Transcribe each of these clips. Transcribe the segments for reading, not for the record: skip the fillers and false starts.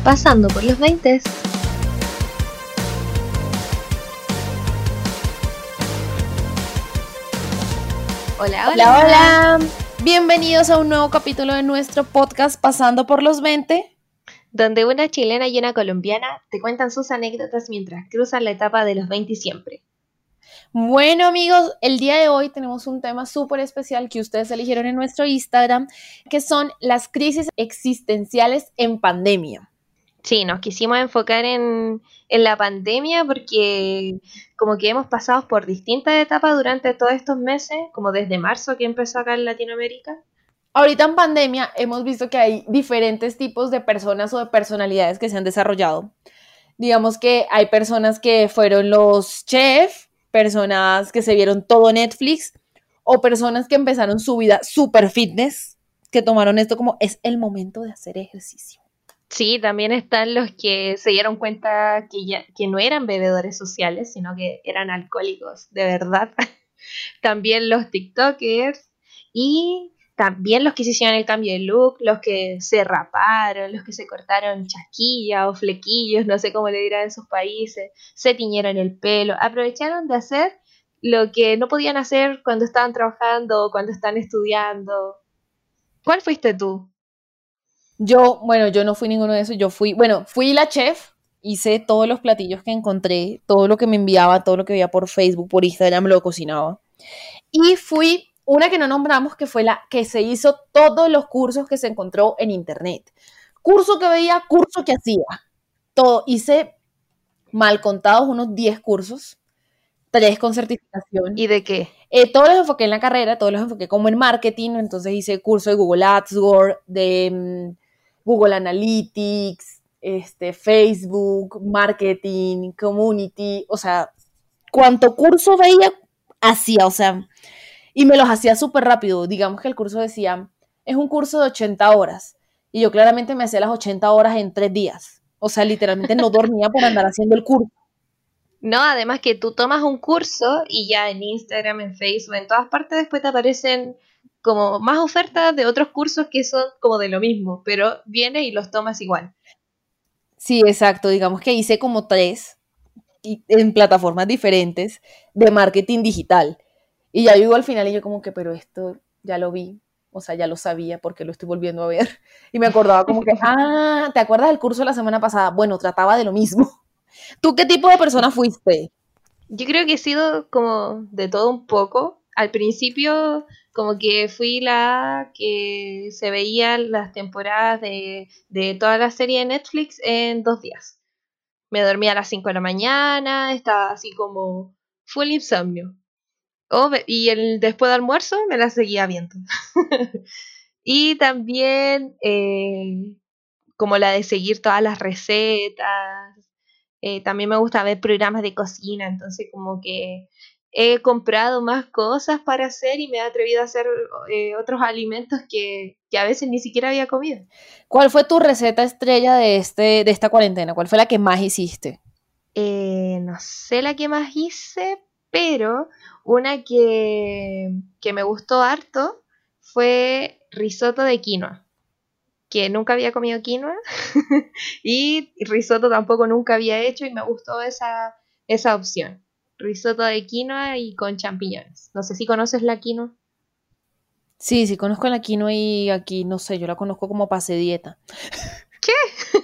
Pasando por los 20. Hola, hola. Hola, hola. Bienvenidos a un nuevo capítulo de nuestro podcast Pasando por los 20. Donde una chilena y una colombiana te cuentan sus anécdotas mientras cruzan la etapa de los 20 siempre. Bueno, amigos, el día de hoy tenemos un tema súper especial que ustedes eligieron en nuestro Instagram, que son las crisis existenciales en pandemia. Sí, nos quisimos enfocar en la pandemia porque como que hemos pasado por distintas etapas durante todos estos meses, como desde marzo que empezó acá en Latinoamérica. Ahorita en pandemia hemos visto que hay diferentes tipos de personas o de personalidades que se han desarrollado. Digamos que hay personas que fueron los chefs, personas que se vieron todo Netflix o personas que empezaron su vida super fitness, que tomaron esto como es el momento de hacer ejercicio. Sí, también están los que se dieron cuenta que no eran bebedores sociales, sino que eran alcohólicos, de verdad. También los TikTokers y también los que se hicieron el cambio de look, los que se raparon, los que se cortaron chasquillas o flequillos, no sé cómo le dirán en sus países, se tiñeron el pelo, aprovecharon de hacer lo que no podían hacer cuando estaban trabajando o cuando están estudiando. ¿Cuál fuiste tú? Yo no fui ninguno de esos, fui la chef, hice todos los platillos que encontré, todo lo que me enviaba, todo lo que veía por Facebook, por Instagram, lo cocinaba. Y fui una que no nombramos, que fue la que se hizo todos los cursos que se encontró en internet. Curso que veía, curso que hacía. Todo. Hice mal contados unos 10 cursos, 3 con certificación. ¿Y de qué? Todos los enfoqué en la carrera, todos los enfoqué como en marketing, entonces hice curso de Google AdWords, de Google Analytics, Facebook, marketing, community, o sea, cuánto curso veía, hacía, o sea, y me los hacía súper rápido. Digamos que el curso decía, es un curso de 80 horas, y yo claramente me hacía las 80 horas en 3 días, o sea, literalmente no dormía por andar haciendo el curso. No, además que tú tomas un curso y ya en Instagram, en Facebook, en todas partes después te aparecen como más ofertas de otros cursos que son como de lo mismo, pero vienes y los tomas igual. Sí, exacto, digamos que hice como 3 en plataformas diferentes de marketing digital. Y ya yo al final y yo como que, pero esto ya lo vi, o sea, ya lo sabía porque lo estoy volviendo a ver. Y me acordaba como que, ¿te acuerdas del curso de la semana pasada? Bueno, trataba de lo mismo. ¿Tú qué tipo de persona fuiste? Yo creo que he sido como de todo un poco. Al principio como que fui la que se veía las temporadas de toda la serie de Netflix en 2 días. Me dormía a las 5 de la mañana, estaba así como full insomnio. Y después de almuerzo me la seguía viendo. Y también como la de seguir todas las recetas. También me gusta ver programas de cocina, entonces como que he comprado más cosas para hacer y me he atrevido a hacer otros alimentos que a veces ni siquiera había comido. ¿Cuál fue tu receta estrella de esta cuarentena? ¿Cuál fue la que más hiciste? No sé la que más hice, pero una que me gustó harto fue risotto de quinoa, que nunca había comido quinoa y risotto tampoco nunca había hecho y me gustó esa opción. Risotto de quinoa y con champiñones. No sé si conoces la quinoa. Sí, sí, conozco la quinoa y aquí, no sé, yo la conozco como pase dieta. ¿Qué?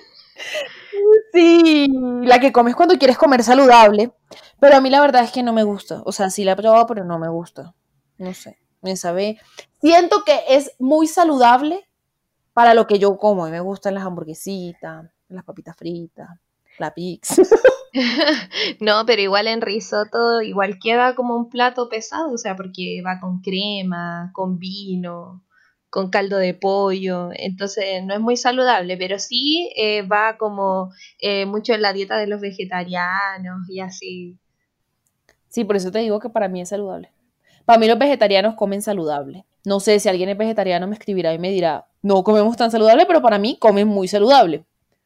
Sí, la que comes cuando quieres comer saludable, pero a mí la verdad es que no me gusta. O sea, sí la he probado, pero no me gusta. No sé, me sabe. Siento que es muy saludable para lo que yo como. A mí me gustan las hamburguesitas, las papitas fritas, la pizza. No, pero igual en risotto igual queda como un plato pesado, o sea, porque va con crema, con vino, con caldo de pollo, entonces no es muy saludable, pero sí va como mucho en la dieta de los vegetarianos y así. Sí, por eso te digo que para mí es saludable. Para mí los vegetarianos comen saludable. No sé si alguien es vegetariano me escribirá y me dirá, no comemos tan saludable, pero para mí comen muy saludable.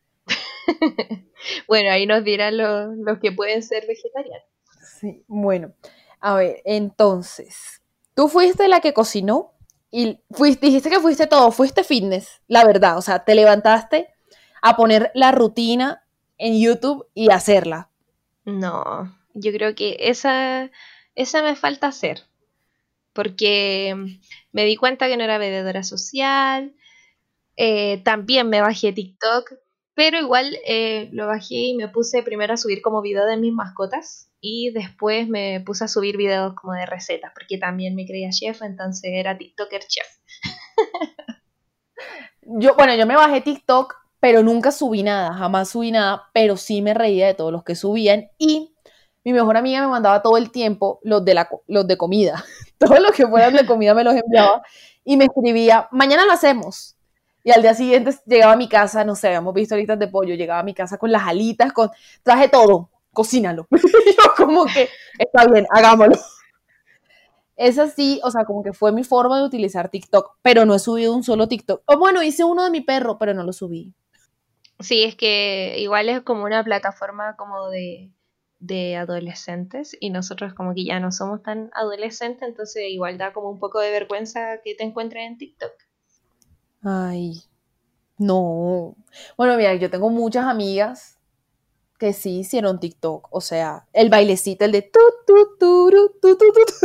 Bueno, ahí nos dirán los que pueden ser vegetarianos. Sí, bueno, a ver, entonces, tú fuiste la que cocinó y dijiste que fuiste todo, fuiste fitness, la verdad, o sea, te levantaste a poner la rutina en YouTube y hacerla. No, yo creo que esa me falta hacer, porque me di cuenta que no era vendedora social. También me bajé TikTok, pero igual lo bajé y me puse primero a subir como video de mis mascotas y después me puse a subir videos como de recetas, porque también me creía chef, entonces era TikToker chef. Yo me bajé TikTok, pero nunca subí nada, jamás subí nada, pero sí me reía de todos los que subían y mi mejor amiga me mandaba todo el tiempo los de comida, todos los que fueran de comida me los enviaba y me escribía, mañana lo hacemos. Y al día siguiente llegaba a mi casa, no sé, habíamos visto alitas de pollo, llegaba a mi casa con las alitas, traje todo, cocínalo. Y yo como que, está bien, hagámoslo. Esa sí, o sea, como que fue mi forma de utilizar TikTok, pero no he subido un solo TikTok. O bueno, hice uno de mi perro, pero no lo subí. Sí, es que igual es como una plataforma como de adolescentes y nosotros como que ya no somos tan adolescentes, entonces igual da como un poco de vergüenza que te encuentres en TikTok. Ay, no. Bueno, mira, yo tengo muchas amigas que sí hicieron TikTok. O sea, el bailecito, el de tu, tu, turu, tu.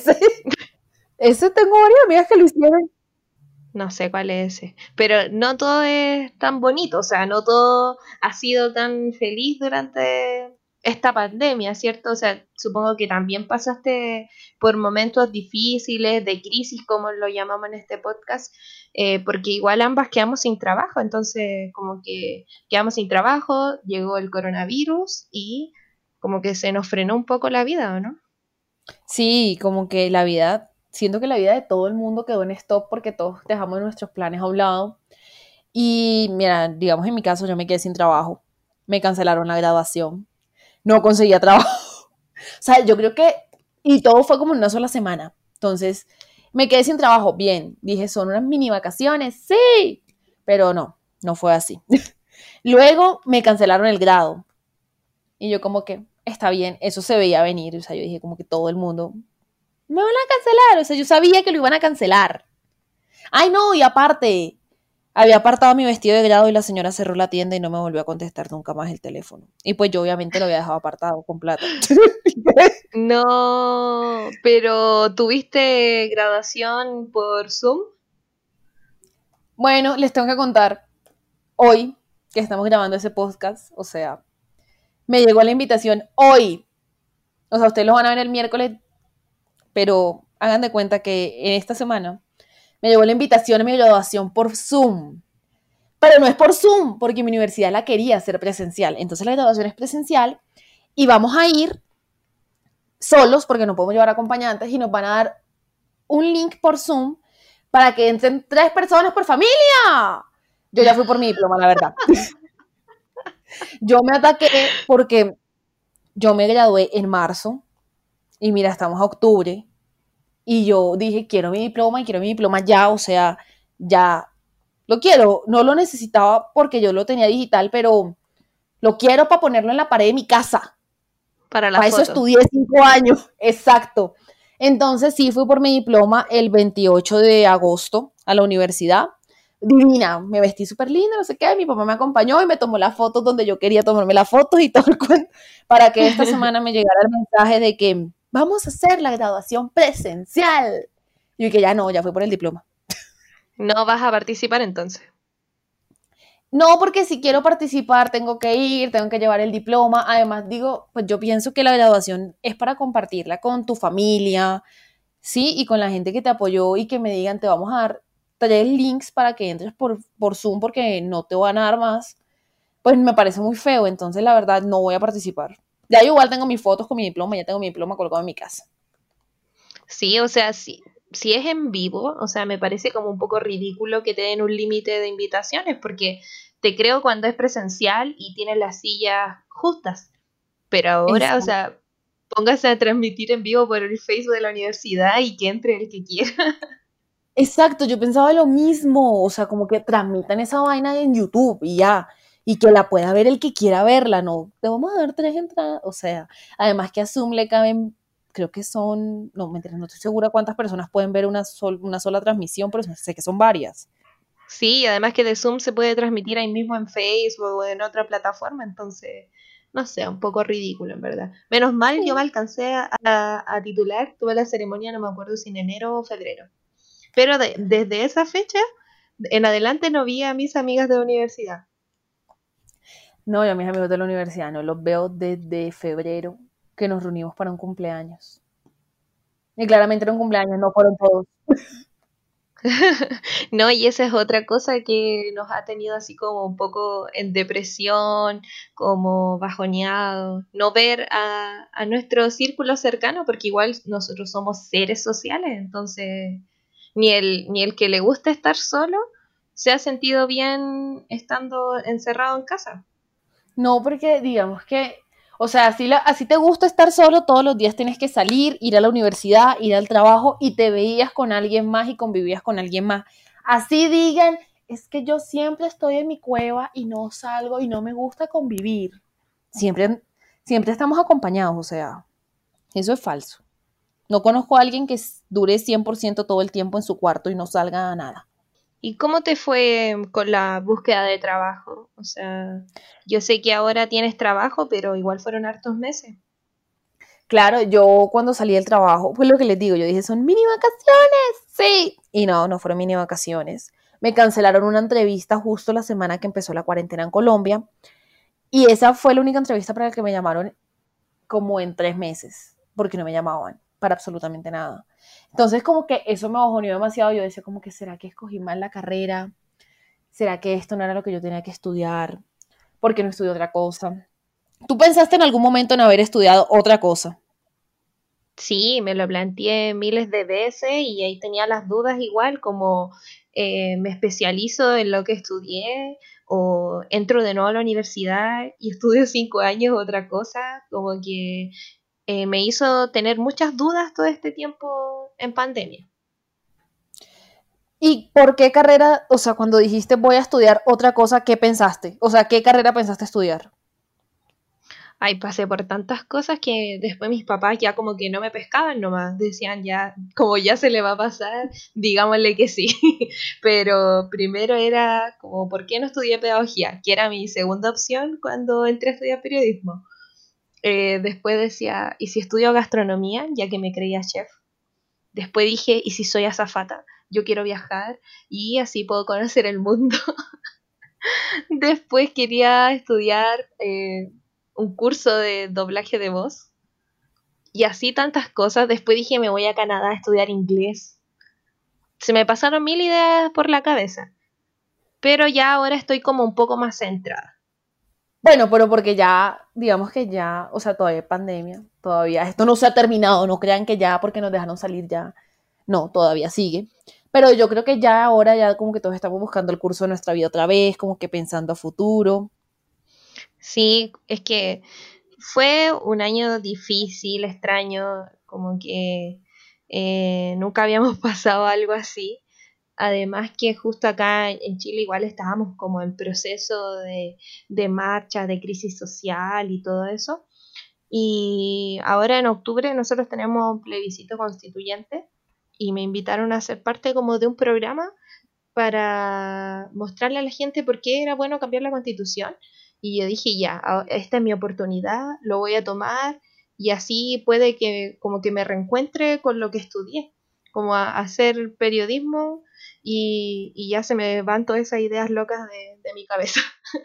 Ese tengo varias amigas que lo hicieron. No sé cuál es ese. Pero no todo es tan bonito, o sea, no todo ha sido tan feliz durante esta pandemia, ¿cierto? O sea, supongo que también pasaste por momentos difíciles, de crisis, como lo llamamos en este podcast, porque igual ambas quedamos sin trabajo, entonces como que quedamos sin trabajo, llegó el coronavirus y como que se nos frenó un poco la vida, ¿o no? Sí, como que la vida, siento que la vida de todo el mundo quedó en stop porque todos dejamos nuestros planes a un lado. Y mira, digamos en mi caso, yo me quedé sin trabajo. Me cancelaron la graduación. No conseguía trabajo. O sea, yo creo que, y todo fue como en una sola semana. Entonces, me quedé sin trabajo. Bien, dije, son unas mini vacaciones, sí, pero no, no fue así. Luego me cancelaron el grado. Y yo como que, está bien, eso se veía venir. O sea, yo dije como que todo el mundo, me van a cancelar. O sea, yo sabía que lo iban a cancelar. Ay, no, y aparte, había apartado mi vestido de grado y la señora cerró la tienda y no me volvió a contestar nunca más el teléfono. Y pues yo obviamente lo había dejado apartado con plata. No, pero ¿tuviste graduación por Zoom? Bueno, les tengo que contar hoy que estamos grabando ese podcast, o sea, me llegó la invitación hoy. O sea, ustedes lo van a ver el miércoles, pero hagan de cuenta que en esta semana me llegó la invitación a mi graduación por Zoom. Pero no es por Zoom, porque mi universidad la quería hacer presencial. Entonces la graduación es presencial y vamos a ir solos, porque no podemos llevar acompañantes, y nos van a dar un link por Zoom para que entren 3 personas por familia. Yo ya fui por mi diploma, la verdad. Yo me ataqué porque yo me gradué en marzo y mira, estamos a octubre y yo dije, quiero mi diploma y quiero mi diploma ya, o sea, ya lo quiero. No lo necesitaba porque yo lo tenía digital, pero lo quiero para ponerlo en la pared de mi casa. Para la Para eso foto. estudié 5 años, exacto. Entonces sí fui por mi diploma el 28 de agosto a la universidad. Divina, me vestí súper linda, no sé qué, mi papá me acompañó y me tomó las fotos donde yo quería tomarme las fotos y todo el cuento, para que esta semana me llegara el mensaje de que vamos a hacer la graduación presencial. Y que ya no, ya fui por el diploma. No vas a participar entonces. No, porque si quiero participar tengo que ir, tengo que llevar el diploma. Además, digo, pues yo pienso que la graduación es para compartirla con tu familia, ¿sí? Y con la gente que te apoyó y que me digan, te vamos a dar 3 links para que entres por Zoom porque no te van a dar más. Pues me parece muy feo, entonces la verdad no voy a participar. Ya yo igual tengo mis fotos con mi diploma, ya tengo mi diploma colgado en mi casa. Sí, o sea, si es en vivo, o sea, me parece como un poco ridículo que te den un límite de invitaciones, porque te creo cuando es presencial y tienes las sillas justas. Pero ahora, o Exacto. sea, póngase a transmitir en vivo por el Facebook de la universidad y que entre el que quiera. Exacto, yo pensaba lo mismo, o sea, como que transmitan esa vaina en YouTube y ya, y que la pueda ver el que quiera verla, ¿no? Te vamos a dar 3 entradas, o sea, además que a Zoom le caben, creo que son, no, mentira, no estoy segura cuántas personas pueden ver una sola transmisión, pero sé que son varias. Sí, además que de Zoom se puede transmitir ahí mismo en Facebook o en otra plataforma, entonces, no sé, un poco ridículo en verdad. Menos mal yo me Sí. alcancé a titular, tuve la ceremonia, no me acuerdo si en enero o febrero. Pero desde esa fecha en adelante no vi a mis amigas de universidad. No, yo a mis amigos de la universidad no los veo desde febrero que nos reunimos para un cumpleaños. Y claramente era un cumpleaños, no fueron todos. No, y esa es otra cosa que nos ha tenido así como un poco en depresión, como bajoneado, no ver a nuestro círculo cercano, porque igual nosotros somos seres sociales, entonces ni el que le gusta estar solo se ha sentido bien estando encerrado en casa. No, porque digamos que, o sea, así te gusta estar solo, todos los días tienes que salir, ir a la universidad, ir al trabajo y te veías con alguien más y convivías con alguien más. Así digan, es que yo siempre estoy en mi cueva y no salgo y no me gusta convivir. Siempre, siempre estamos acompañados, o sea, eso es falso. No conozco a alguien que dure 100% todo el tiempo en su cuarto y no salga a nada. ¿Y cómo te fue con la búsqueda de trabajo? O sea, yo sé que ahora tienes trabajo, pero igual fueron hartos meses. Claro, yo cuando salí del trabajo, pues lo que les digo, yo dije, son mini vacaciones, sí. Y no, no fueron mini vacaciones. Me cancelaron una entrevista justo la semana que empezó la cuarentena en Colombia. Y esa fue la única entrevista para la que me llamaron como en 3 meses, porque no me llamaban para absolutamente nada. Entonces como que eso me bajoneó demasiado. Yo decía como que, ¿será que escogí mal la carrera? ¿Será que esto no era lo que yo tenía que estudiar? ¿Por qué no estudié otra cosa? ¿Tú pensaste en algún momento en haber estudiado otra cosa? Sí, me lo planteé miles de veces y ahí tenía las dudas igual, como me especializo en lo que estudié o entro de nuevo a la universidad y estudio 5 años otra cosa, como que me hizo tener muchas dudas todo este tiempo en pandemia. ¿Y por qué carrera, o sea, cuando dijiste voy a estudiar otra cosa, qué pensaste? O sea, ¿qué carrera pensaste estudiar? Ay, pasé por tantas cosas que después mis papás ya como que no me pescaban nomás, decían ya, como ya se le va a pasar, digámosle que sí. Pero primero era como, ¿por qué no estudié pedagogía? Que era mi segunda opción cuando entré a estudiar periodismo. Después decía, ¿y si estudio gastronomía? Ya que me creía chef. Después dije, ¿y si soy azafata? Yo quiero viajar y así puedo conocer el mundo. Después quería estudiar un curso de doblaje de voz y así tantas cosas. Después dije, me voy a Canadá a estudiar inglés. Se me pasaron mil ideas por la cabeza, pero ya ahora estoy como un poco más centrada. Bueno, pero porque ya, digamos que ya, o sea, todavía hay pandemia, todavía esto no se ha terminado, no crean que ya porque nos dejaron salir ya, no, todavía sigue. Pero yo creo que ya ahora ya como que todos estamos buscando el curso de nuestra vida otra vez, como que pensando a futuro. Sí, es que fue un año difícil, extraño, como que nunca habíamos pasado algo así. Además que justo acá en Chile igual estábamos como en proceso de marcha, de crisis social y todo eso. Y ahora en octubre nosotros tenemos un plebiscito constituyente y me invitaron a ser parte como de un programa para mostrarle a la gente por qué era bueno cambiar la constitución. Y yo dije, ya, esta es mi oportunidad, lo voy a tomar y así puede que como que me reencuentre con lo que estudié, como a hacer periodismo y ya se me van todas esas ideas locas de mi cabeza.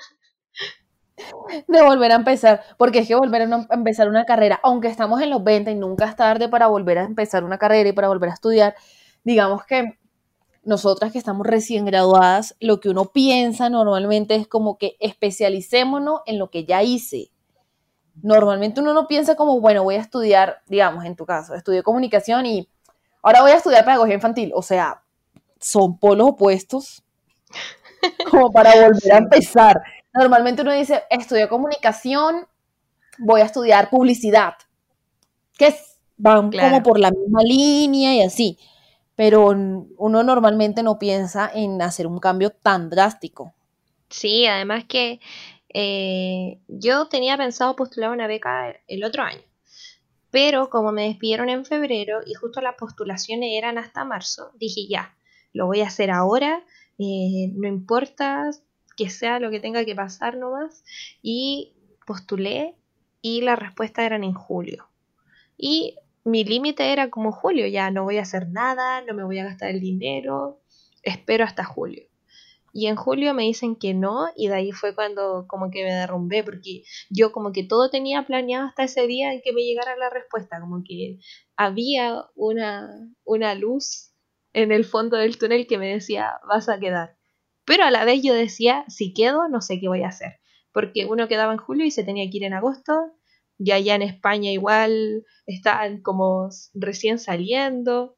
De volver a empezar, porque es que volver a empezar una carrera, aunque estamos en los 20 y nunca es tarde para volver a empezar una carrera y para volver a estudiar, digamos que nosotras que estamos recién graduadas, lo que uno piensa normalmente es como que especialicémonos en lo que ya hice. Normalmente uno no piensa como, bueno, voy a estudiar, digamos, en tu caso, estudié comunicación y ahora voy a estudiar pedagogía infantil. O sea, son polos opuestos como para volver a Sí, empezar. Normalmente uno dice, estudié comunicación, voy a estudiar publicidad, van como claro. por la misma línea y así, pero uno normalmente no piensa en hacer un cambio tan drástico. Sí, además que yo tenía pensado postular una beca el otro año. Pero como me despidieron en febrero y justo las postulaciones eran hasta marzo, dije ya, lo voy a hacer ahora no importa que sea lo que tenga que pasar nomás, y postulé y las respuestas eran en julio. Y mi límite era como julio, ya no voy a hacer nada, no me voy a gastar el dinero, espero hasta julio. Y en julio me dicen que no, y de ahí fue cuando como que me derrumbé, porque yo como que todo tenía planeado hasta ese día en que me llegara la respuesta, como que había una luz en el fondo del túnel que me decía, vas a quedar. Pero a la vez yo decía, si quedo, no sé qué voy a hacer, porque uno quedaba en julio y se tenía que ir en agosto, y allá en España igual estaban como recién saliendo,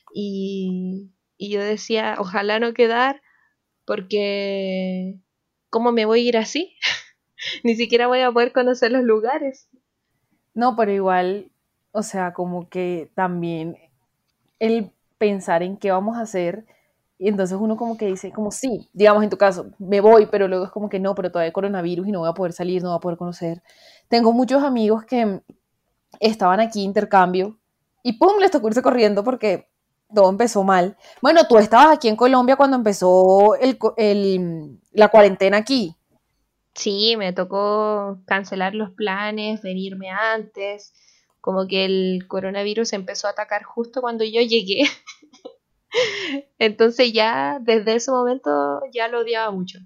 y yo decía, ojalá no quedar porque ¿cómo me voy a ir así? Ni siquiera voy a poder conocer los lugares. No, pero igual, o sea, como que también el pensar en qué vamos a hacer, y entonces uno como que dice, como sí, digamos en tu caso, me voy, pero luego es como que no, pero todavía hay coronavirus y no voy a poder salir, no voy a poder conocer. Tengo muchos amigos que estaban aquí intercambio y pum, les tocó irse corriendo porque todo empezó mal. Bueno, tú estabas aquí en Colombia cuando empezó la cuarentena aquí. Sí, me tocó cancelar los planes, venirme antes, como que el coronavirus empezó a atacar justo cuando yo llegué. Entonces ya desde ese momento ya lo odiaba mucho.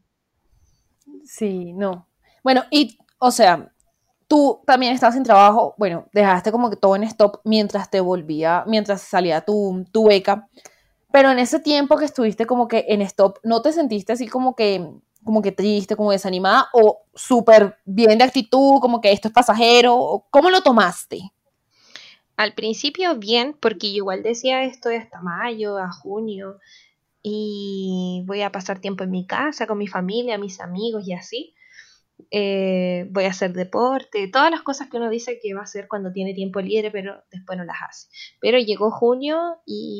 Sí, no. Bueno, y, o sea, tú también estabas sin trabajo, bueno, dejaste como que todo en stop mientras te volvía, mientras salía tu beca, pero en ese tiempo que estuviste como que en stop, ¿no te sentiste así como que triste, como desanimada o súper bien de actitud, como que esto es pasajero? ¿Cómo lo tomaste? Al principio bien, porque yo igual decía esto de hasta mayo, a junio, y voy a pasar tiempo en mi casa, con mi familia, mis amigos y así. Voy a hacer deporte, todas las cosas que uno dice que va a hacer cuando tiene tiempo libre, pero después no las hace. Pero llegó junio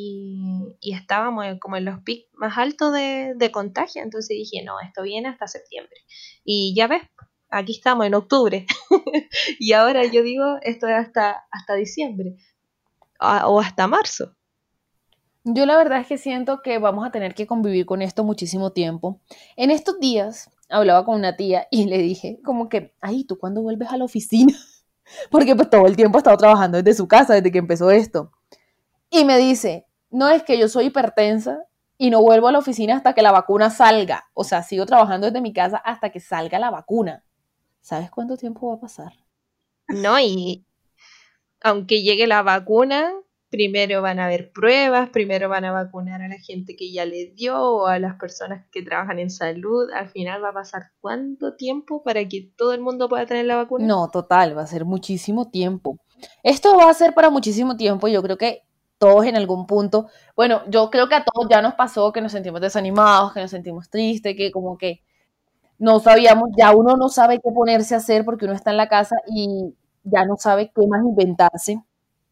y estábamos como en los picos más altos de contagio, entonces dije, no, esto viene hasta septiembre. Y ya ves, aquí estamos en octubre. Y ahora yo digo, esto es hasta diciembre o hasta marzo. Yo la verdad es que siento que vamos a tener que convivir con esto muchísimo tiempo. En estos días hablaba con una tía y le dije como que, ay, ¿tú cuándo vuelves a la oficina? Porque pues todo el tiempo he estado trabajando desde su casa, desde que empezó esto. Y me dice, no es que yo soy hipertensa y no vuelvo a la oficina hasta que la vacuna salga. O sea, sigo trabajando desde mi casa hasta que salga la vacuna. ¿Sabes cuánto tiempo va a pasar? No, y aunque llegue la vacuna, primero van a haber pruebas, primero van a vacunar a la gente que ya le dio o a las personas que trabajan en salud. Al final va a pasar cuánto tiempo para que todo el mundo pueda tener la vacuna. No, total, va a ser muchísimo tiempo. Esto va a ser para muchísimo tiempo. Yo creo que todos en algún punto, bueno, yo creo que a todos ya nos pasó que nos sentimos desanimados, que nos sentimos tristes, que como que no sabíamos, ya uno no sabe qué ponerse a hacer porque uno está en la casa y ya no sabe qué más inventarse.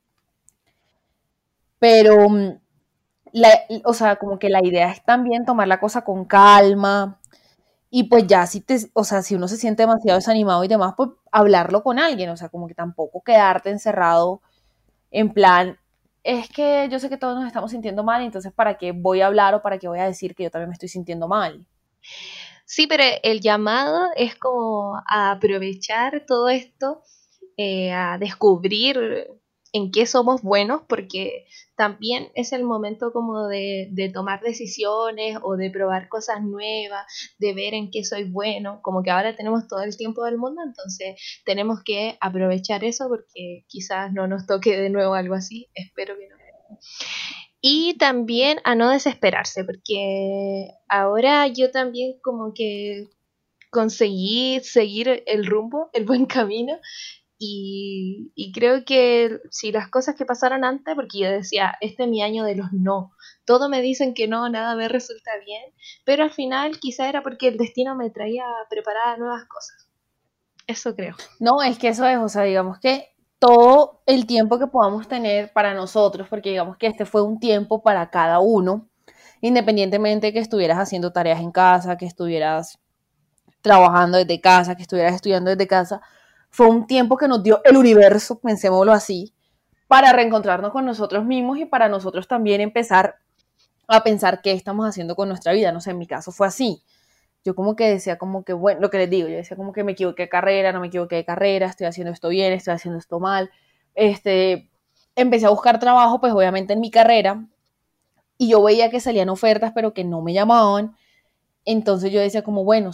Pero, o sea, como que la idea es también tomar la cosa con calma y pues ya o sea, si uno se siente demasiado desanimado y demás, pues hablarlo con alguien, o sea, como que tampoco quedarte encerrado en plan, es que yo sé que todos nos estamos sintiendo mal, entonces ¿para qué voy a hablar o para qué voy a decir que yo también me estoy sintiendo mal? Sí, pero el llamado es como a aprovechar todo esto, a descubrir en qué somos buenos, porque también es el momento como de tomar decisiones o de probar cosas nuevas, de ver en qué soy bueno, como que ahora tenemos todo el tiempo del mundo, entonces tenemos que aprovechar eso porque quizás no nos toque de nuevo algo así, espero que no. Y también a no desesperarse, porque ahora yo también como que conseguí seguir el rumbo, el buen camino, y creo que si las cosas que pasaron antes, porque yo decía, este es mi año de los no, todo me dicen que no, nada me resulta bien, pero al final quizá era porque el destino me traía preparada nuevas cosas, eso creo. No, es que eso es, o sea, digamos que todo el tiempo que podamos tener para nosotros, porque digamos que este fue un tiempo para cada uno, independientemente de que estuvieras haciendo tareas en casa, que estuvieras trabajando desde casa, que estuvieras estudiando desde casa, fue un tiempo que nos dio el universo, pensémoslo así, para reencontrarnos con nosotros mismos y para nosotros también empezar a pensar qué estamos haciendo con nuestra vida. No sé, en mi caso fue así. Yo como que decía como que, bueno, lo que les digo, yo decía como que me equivoqué de carrera, no me equivoqué de carrera, estoy haciendo esto bien, estoy haciendo esto mal. Empecé a buscar trabajo, pues obviamente en mi carrera, y yo veía que salían ofertas, pero que no me llamaban. Entonces yo decía como, bueno,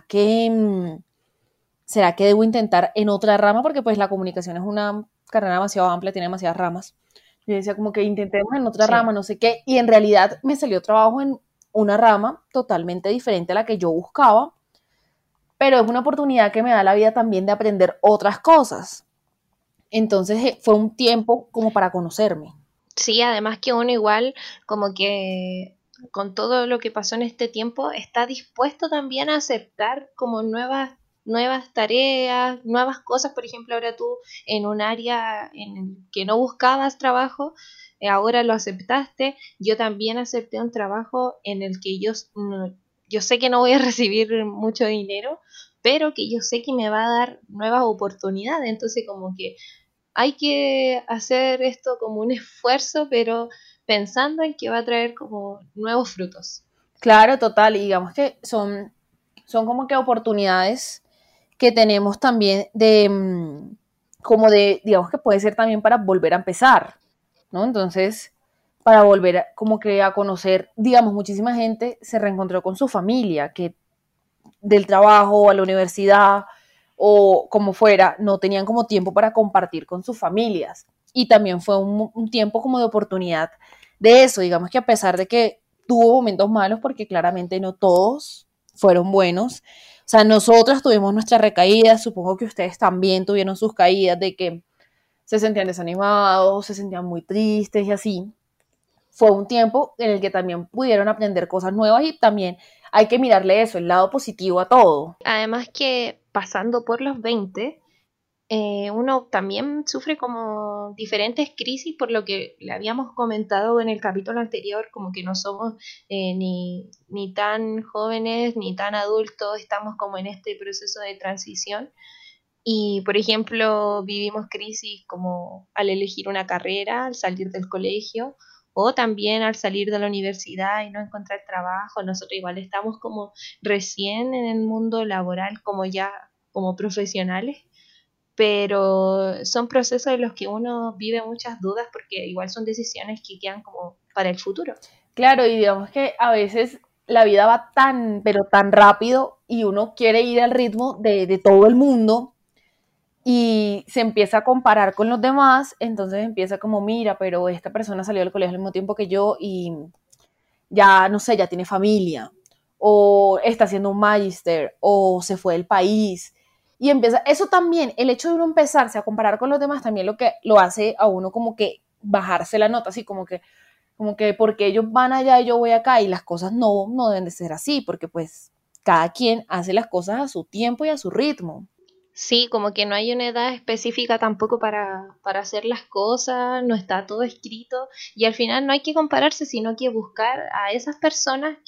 ¿será que debo intentar en otra rama? Porque pues la comunicación es una carrera demasiado amplia, tiene demasiadas ramas. Yo decía como que intentemos en otra Sí. rama, no sé qué, y en realidad me salió trabajo en una rama totalmente diferente a la que yo buscaba, pero es una oportunidad que me da la vida también de aprender otras cosas. Entonces fue un tiempo como para conocerme. Sí, además que uno igual como que con todo lo que pasó en este tiempo está dispuesto también a aceptar como nuevas tareas, nuevas cosas. Por ejemplo, ahora tú en un área en el que no buscabas trabajo, ahora lo aceptaste. Yo también acepté un trabajo en el que yo sé que no voy a recibir mucho dinero, pero que yo sé que me va a dar nuevas oportunidades. Entonces como que hay que hacer esto como un esfuerzo, pero pensando en que va a traer como nuevos frutos. Claro, total, y digamos que son como que oportunidades que tenemos también como de, digamos que puede ser también para volver a empezar, ¿no? Entonces, para volver como que a conocer, digamos, muchísima gente se reencontró con su familia, que del trabajo o a la universidad o como fuera, no tenían como tiempo para compartir con sus familias. Y también fue un tiempo como de oportunidad de eso, digamos que a pesar de que tuvo momentos malos, porque claramente no todos fueron buenos, o sea, nosotras tuvimos nuestras recaídas, supongo que ustedes también tuvieron sus caídas de que se sentían desanimados, se sentían muy tristes y así. Fue un tiempo en el que también pudieron aprender cosas nuevas y también hay que mirarle eso, el lado positivo a todo. Además que pasando por los 20, uno también sufre como diferentes crisis, por lo que le habíamos comentado en el capítulo anterior, como que no somos ni tan jóvenes ni tan adultos, estamos como en este proceso de transición. Y, por ejemplo, vivimos crisis como al elegir una carrera, al salir del colegio, o también al salir de la universidad y no encontrar trabajo. Nosotros igual estamos como recién en el mundo laboral, como ya como profesionales, pero son procesos en los que uno vive muchas dudas porque igual son decisiones que quedan como para el futuro. Claro, y digamos que a veces la vida va tan, pero tan rápido y uno quiere ir al ritmo de todo el mundo y se empieza a comparar con los demás, entonces empieza como, mira, pero esta persona salió del colegio al mismo tiempo que yo y ya, no sé, ya tiene familia, o está haciendo un magister, o se fue del país. Y empieza, eso también, el hecho de uno empezarse a comparar con los demás también lo que lo hace a uno como que bajarse la nota, así como que porque ellos van allá y yo voy acá y las cosas no deben de ser así, porque pues cada quien hace las cosas a su tiempo y a su ritmo. Sí, como que no hay una edad específica tampoco para hacer las cosas, no está todo escrito y al final no hay que compararse, sino que buscar a esas personas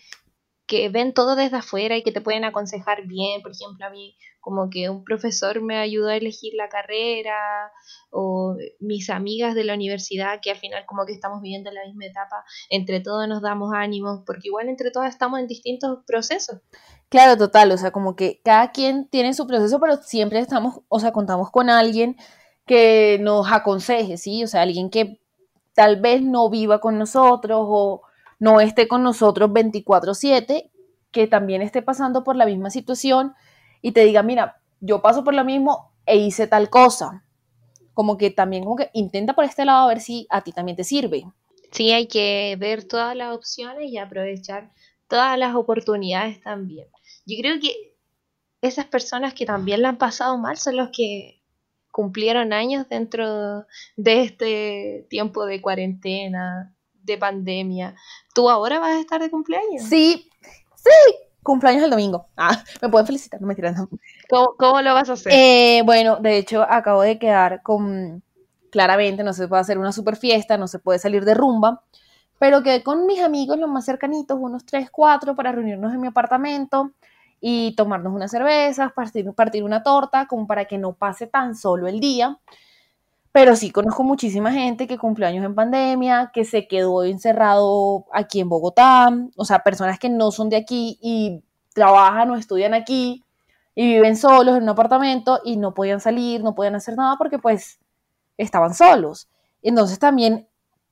que ven todo desde afuera y que te pueden aconsejar bien. Por ejemplo, a mí como que un profesor me ayudó a elegir la carrera o mis amigas de la universidad que al final como que estamos viviendo la misma etapa, entre todos nos damos ánimos porque igual entre todos estamos en distintos procesos. Claro, total, o sea, como que cada quien tiene su proceso, pero siempre estamos, o sea, contamos con alguien que nos aconseje, ¿sí? O sea, alguien que tal vez no viva con nosotros o no esté con nosotros 24/7, que también esté pasando por la misma situación y te diga, mira, yo paso por lo mismo e hice tal cosa. Como que también como que intenta por este lado a ver si a ti también te sirve. Sí, hay que ver todas las opciones y aprovechar todas las oportunidades también. Yo creo que esas personas que también la han pasado mal son los que cumplieron años dentro de este tiempo de cuarentena, de pandemia. ¿Tú ahora vas a estar de cumpleaños? Sí, sí, cumpleaños el domingo. Ah, me pueden felicitar, no me tiran. No. ¿Cómo lo vas a hacer? Bueno, de hecho, acabo de quedar con, claramente, no se puede hacer una super fiesta, no se puede salir de rumba, pero quedé con mis amigos, los más cercanitos, unos 3 4 para reunirnos en mi apartamento y tomarnos unas cervezas, partir una torta, como para que no pase tan solo el día. Pero sí conozco muchísima gente que cumplió años en pandemia, que se quedó encerrado aquí en Bogotá, o sea, personas que no son de aquí y trabajan o estudian aquí y viven solos en un apartamento y no podían salir, no podían hacer nada porque pues estaban solos. Entonces también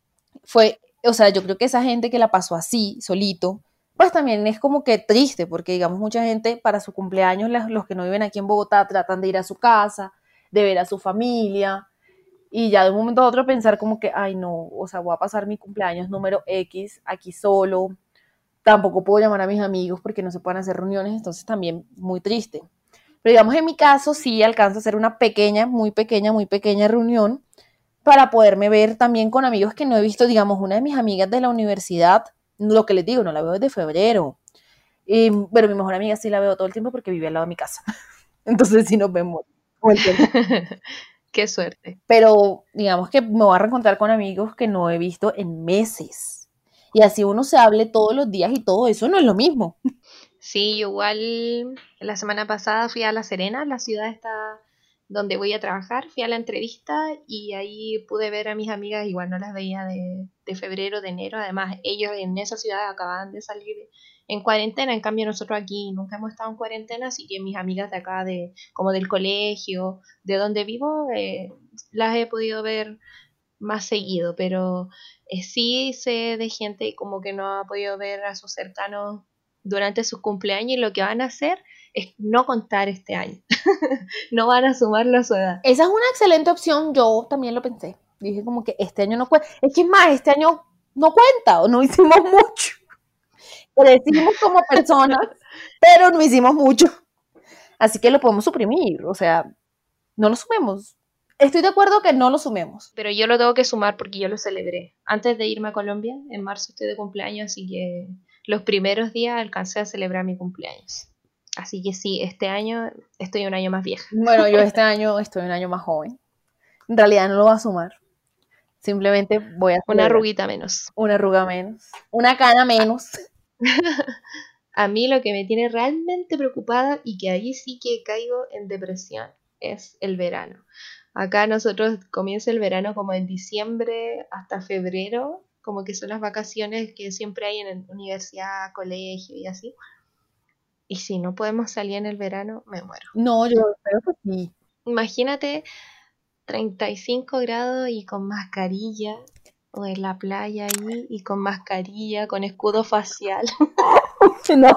fue, o sea, yo creo que esa gente que la pasó así, solito, pues también es como que triste, porque digamos mucha gente para su cumpleaños, los que no viven aquí en Bogotá tratan de ir a su casa, de ver a su familia, y ya de un momento a otro pensar como que, ay no, o sea, voy a pasar mi cumpleaños número X aquí solo, tampoco puedo llamar a mis amigos porque no se pueden hacer reuniones, entonces también muy triste. Pero digamos en mi caso sí alcanzo a hacer una pequeña, muy pequeña reunión para poderme ver también con amigos que no he visto, digamos, una de mis amigas de la universidad, lo que les digo, no la veo desde febrero, pero mi mejor amiga sí la veo todo el tiempo porque vive al lado de mi casa, entonces sí nos vemos todo el tiempo. Qué suerte. Pero digamos que me voy a reencontrar con amigos que no he visto en meses. Y así uno se hable todos los días y todo eso no es lo mismo. Sí, yo igual la semana pasada fui a La Serena, la ciudad está donde voy a trabajar, fui a la entrevista y ahí pude ver a mis amigas, igual no las veía de febrero, de enero, además ellos en esa ciudad acababan de salir en cuarentena, en cambio nosotros aquí nunca hemos estado en cuarentena, así que mis amigas de acá, de como del colegio, de donde vivo, las he podido ver más seguido, pero sí sé de gente como que no ha podido ver a sus cercanos durante sus cumpleaños y lo que van a hacer es no contar este año, no van a sumarlo a su edad. Esa es una excelente opción, yo también lo pensé. Dije como que este año no cuenta. Es que más, este año no cuenta, o no hicimos mucho. Crecimos como personas, pero no hicimos mucho. Así que lo podemos suprimir, o sea, no lo sumemos. Estoy de acuerdo que no lo sumemos. Pero yo lo tengo que sumar porque yo lo celebré. Antes de irme a Colombia, en marzo estoy de cumpleaños, así que los primeros días alcancé a celebrar mi cumpleaños. Así que sí, este año estoy un año más vieja. Bueno, yo este año estoy un año más joven. En realidad no lo voy a sumar. Simplemente voy a Una celebrar. arruguita menos. Una arruga menos. Una cana menos. A mí lo que me tiene realmente preocupada y que ahí sí que caigo en depresión es el verano. Acá nosotros comienza el verano como en diciembre hasta febrero, como que son las vacaciones que siempre hay en universidad, colegio y así. Y si no podemos salir en el verano, me muero. No, yo creo que sí. Imagínate 35 grados y con mascarilla, o en la playa ahí y con mascarilla, con escudo facial. No.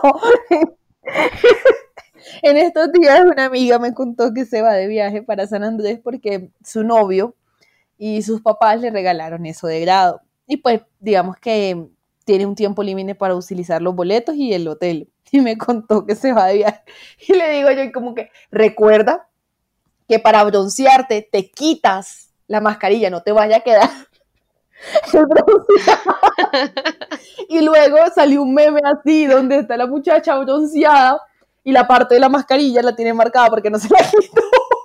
En estos días una amiga me contó que se va de viaje para San Andrés porque su novio y sus papás le regalaron eso de grado. Y pues digamos que tiene un tiempo límite para utilizar los boletos y el hotel. Y me contó que se va de viaje. Y le digo yo como que recuerda que para broncearte te quitas la mascarilla, no te vaya a quedar el bronceado. Y luego salió un meme así donde está la muchacha bronceada y la parte de la mascarilla la tiene marcada porque no se la quitó.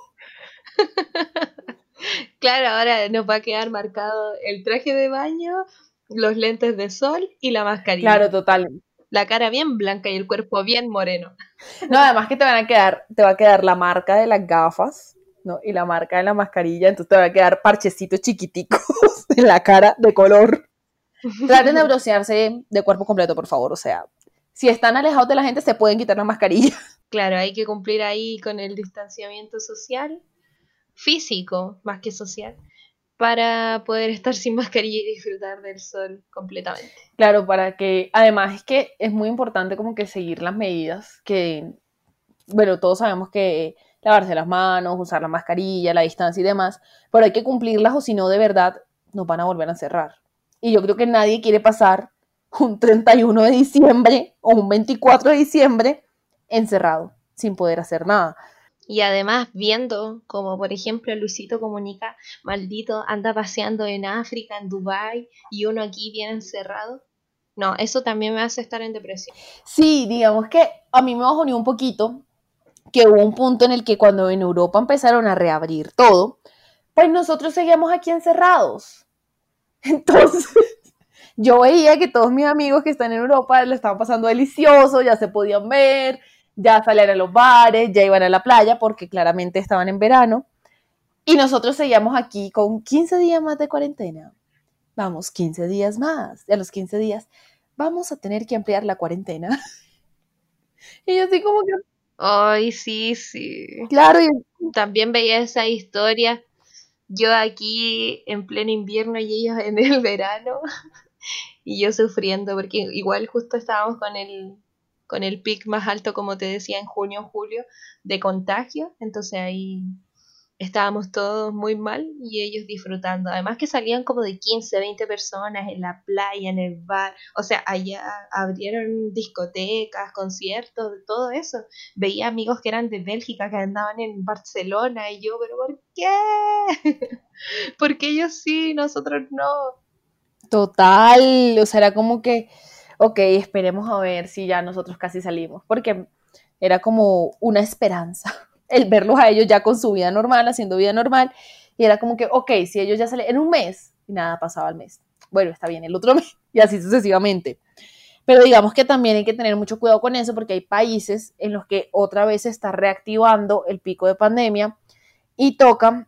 Claro, ahora nos va a quedar marcado el traje de baño, los lentes de sol y la mascarilla. Claro, total. La cara bien blanca y el cuerpo bien moreno. No, además que te va a quedar la marca de las gafas, ¿no? Y la marca de la mascarilla, entonces te va a quedar parchecitos chiquiticos en la cara de color. Traten de broncearse de cuerpo completo, por favor, o sea, si están alejados de la gente se pueden quitar la mascarilla. Claro, hay que cumplir ahí con el distanciamiento social, físico más que social, para poder estar sin mascarilla y disfrutar del sol completamente. Claro, para que, además es que es muy importante como que seguir las medidas que, bueno, todos sabemos que lavarse las manos, usar la mascarilla, la distancia y demás, pero hay que cumplirlas o si no, de verdad, nos van a volver a cerrar. Y yo creo que nadie quiere pasar un 31 de diciembre o un 24 de diciembre encerrado, sin poder hacer nada. Y además viendo como por ejemplo Luisito Comunica, maldito, anda paseando en África, en Dubái, y uno aquí bien encerrado. No, eso también me hace estar en depresión. Sí, digamos que a mí me bajó un poquito que hubo un punto en el que cuando en Europa empezaron a reabrir todo, pues nosotros seguíamos aquí encerrados. Entonces, yo veía que todos mis amigos que están en Europa lo estaban pasando delicioso, ya se podían ver, ya salían a los bares, ya iban a la playa porque claramente estaban en verano. Y nosotros seguíamos aquí con 15 días más de cuarentena. Vamos, 15 días más. Y a los 15 días vamos a tener que ampliar la cuarentena. Y yo así como que, Ay, sí, sí. claro, También veía esa historia. Yo aquí en pleno invierno y ellos en el verano. Y yo sufriendo, porque igual justo estábamos con el pic más alto, como te decía, en junio, julio, de contagio. Entonces ahí estábamos todos muy mal y ellos disfrutando. Además que salían como de 15 20 personas en la playa, en el bar. O sea, allá abrieron discotecas, conciertos, todo eso. Veía amigos que eran de Bélgica, que andaban en Barcelona y yo, pero ¿por qué? Porque ellos sí, nosotros no. total, o sea, era como que, ok, esperemos a ver si ya nosotros casi salimos, porque era como una esperanza el verlos a ellos ya con su vida normal, haciendo vida normal, y era como que, ok, si ellos ya salen en un mes, y nada pasaba al mes, bueno, está bien, el otro mes, y así sucesivamente. Pero digamos que también hay que tener mucho cuidado con eso, porque hay países en los que otra vez se está reactivando el pico de pandemia, y toca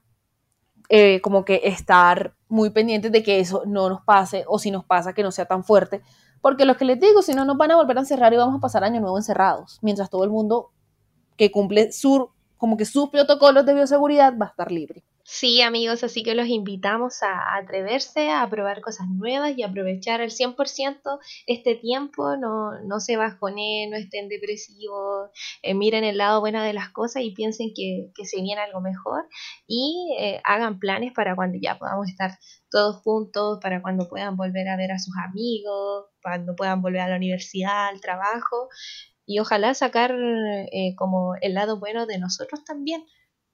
como que estar muy pendientes de que eso no nos pase, o si nos pasa que no sea tan fuerte, porque lo que les digo, si no nos van a volver a encerrar y vamos a pasar año nuevo encerrados, mientras todo el mundo que cumple como que sus protocolos de bioseguridad va a estar libre. Sí, amigos, así que los invitamos a atreverse a probar cosas nuevas y aprovechar al 100% este tiempo, no se bajoneen, no estén depresivos, miren el lado bueno de las cosas y piensen que se viene algo mejor y hagan planes para cuando ya podamos estar todos juntos, para cuando puedan volver a ver a sus amigos, cuando puedan volver a la universidad, al trabajo y ojalá sacar como el lado bueno de nosotros también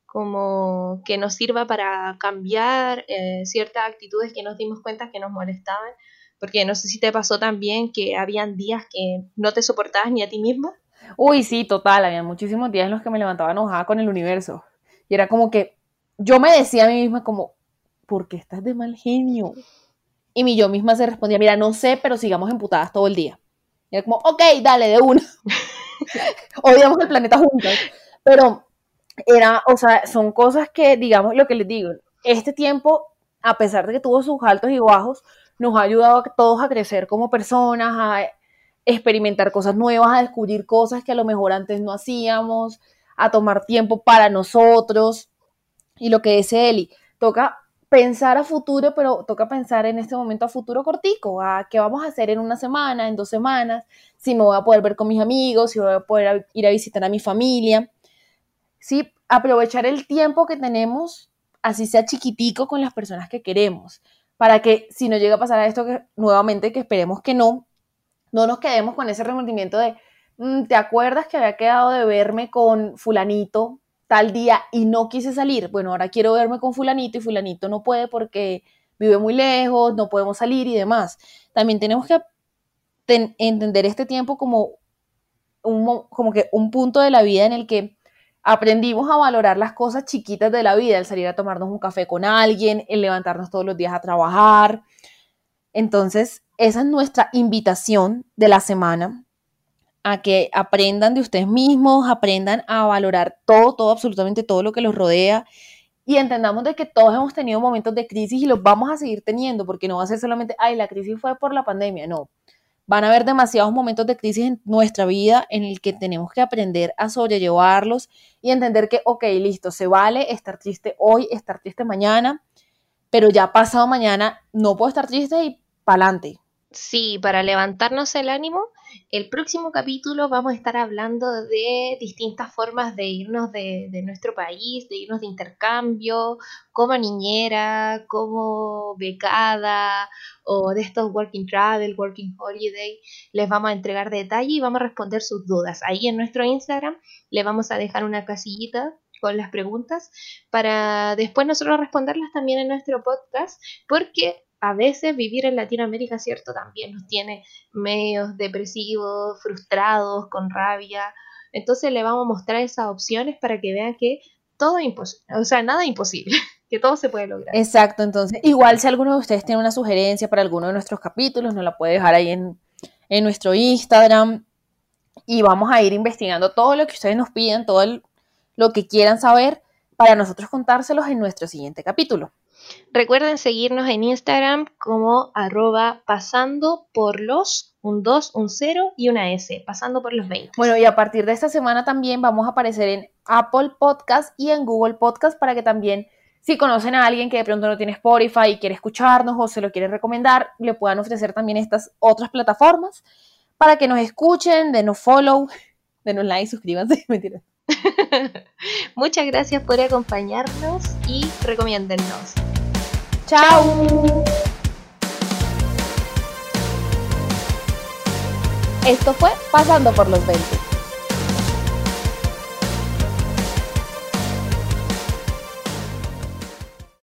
como que nos sirva para cambiar ciertas actitudes que nos dimos cuenta que nos molestaban, porque no sé si te pasó también que habían días que no te soportabas ni a ti misma. Uy, sí, total, había muchísimos días en los que me levantaba enojada con el universo. Y era como que yo me decía a mí misma como, ¿por qué estás de mal genio? Y yo misma se respondía, mira, no sé, pero sigamos emputadas todo el día. Y era como, ok, dale, de una. Odiamos el planeta juntas. Pero era, o sea, son cosas que, digamos, lo que les digo, este tiempo, a pesar de que tuvo sus altos y bajos, nos ha ayudado a todos a crecer como personas, a experimentar cosas nuevas, a descubrir cosas que a lo mejor antes no hacíamos, a tomar tiempo para nosotros. Y lo que dice Eli, toca pensar a futuro, pero toca pensar en este momento a futuro cortico, a qué vamos a hacer en una semana, en 2 semanas, si me voy a poder ver con mis amigos, si voy a poder ir a visitar a mi familia. Sí, aprovechar el tiempo que tenemos, así sea chiquitico, con las personas que queremos, para que si no llega a pasar a esto que, nuevamente, que esperemos que no nos quedemos con ese remordimiento de, ¿te acuerdas que había quedado de verme con fulanito tal día y no quise salir? Bueno, ahora quiero verme con fulanito y fulanito no puede porque vive muy lejos, no podemos salir y demás. También tenemos que entender este tiempo como como que un punto de la vida en el que aprendimos a valorar las cosas chiquitas de la vida, el salir a tomarnos un café con alguien, el levantarnos todos los días a trabajar. Entonces, esa es nuestra invitación de la semana, a que aprendan de ustedes mismos, aprendan a valorar todo, absolutamente todo lo que los rodea y entendamos de que todos hemos tenido momentos de crisis y los vamos a seguir teniendo, porque no va a ser solamente, ay, la crisis fue por la pandemia, no. Van a haber demasiados momentos de crisis en nuestra vida en el que tenemos que aprender a sobrellevarlos y entender que, ok, listo, se vale estar triste hoy, estar triste mañana, pero ya pasado mañana no puedo estar triste y pa'lante. Sí, para levantarnos el ánimo, el próximo capítulo vamos a estar hablando de distintas formas de irnos de nuestro país, de irnos de intercambio, como niñera, como becada o de estos working travel, working holiday. Les vamos a entregar detalle y vamos a responder sus dudas. Ahí en nuestro Instagram les vamos a dejar una casillita con las preguntas para después nosotros responderlas también en nuestro podcast, porque a veces vivir en Latinoamérica, ¿cierto? También nos tiene medios depresivos, frustrados, con rabia. Entonces le vamos a mostrar esas opciones para que vean que todo es imposible, o sea, nada es imposible, que todo se puede lograr. Exacto, entonces, igual si alguno de ustedes tiene una sugerencia para alguno de nuestros capítulos, nos la puede dejar ahí en nuestro Instagram y vamos a ir investigando todo lo que ustedes nos piden, lo que quieran saber para nosotros contárselos en nuestro siguiente capítulo. Recuerden seguirnos en Instagram como @pasandoporlos, un 2, un 0 y una S, pasando por los 20. Bueno, y a partir de esta semana también vamos a aparecer en Apple Podcast y en Google Podcast para que también, si conocen a alguien que de pronto no tiene Spotify y quiere escucharnos o se lo quiere recomendar, le puedan ofrecer también estas otras plataformas para que nos escuchen, denos follow, denos like, suscríbanse, mentira. Muchas gracias por acompañarnos y recomiéndennos. ¡Chao! Esto fue Pasando por los 20.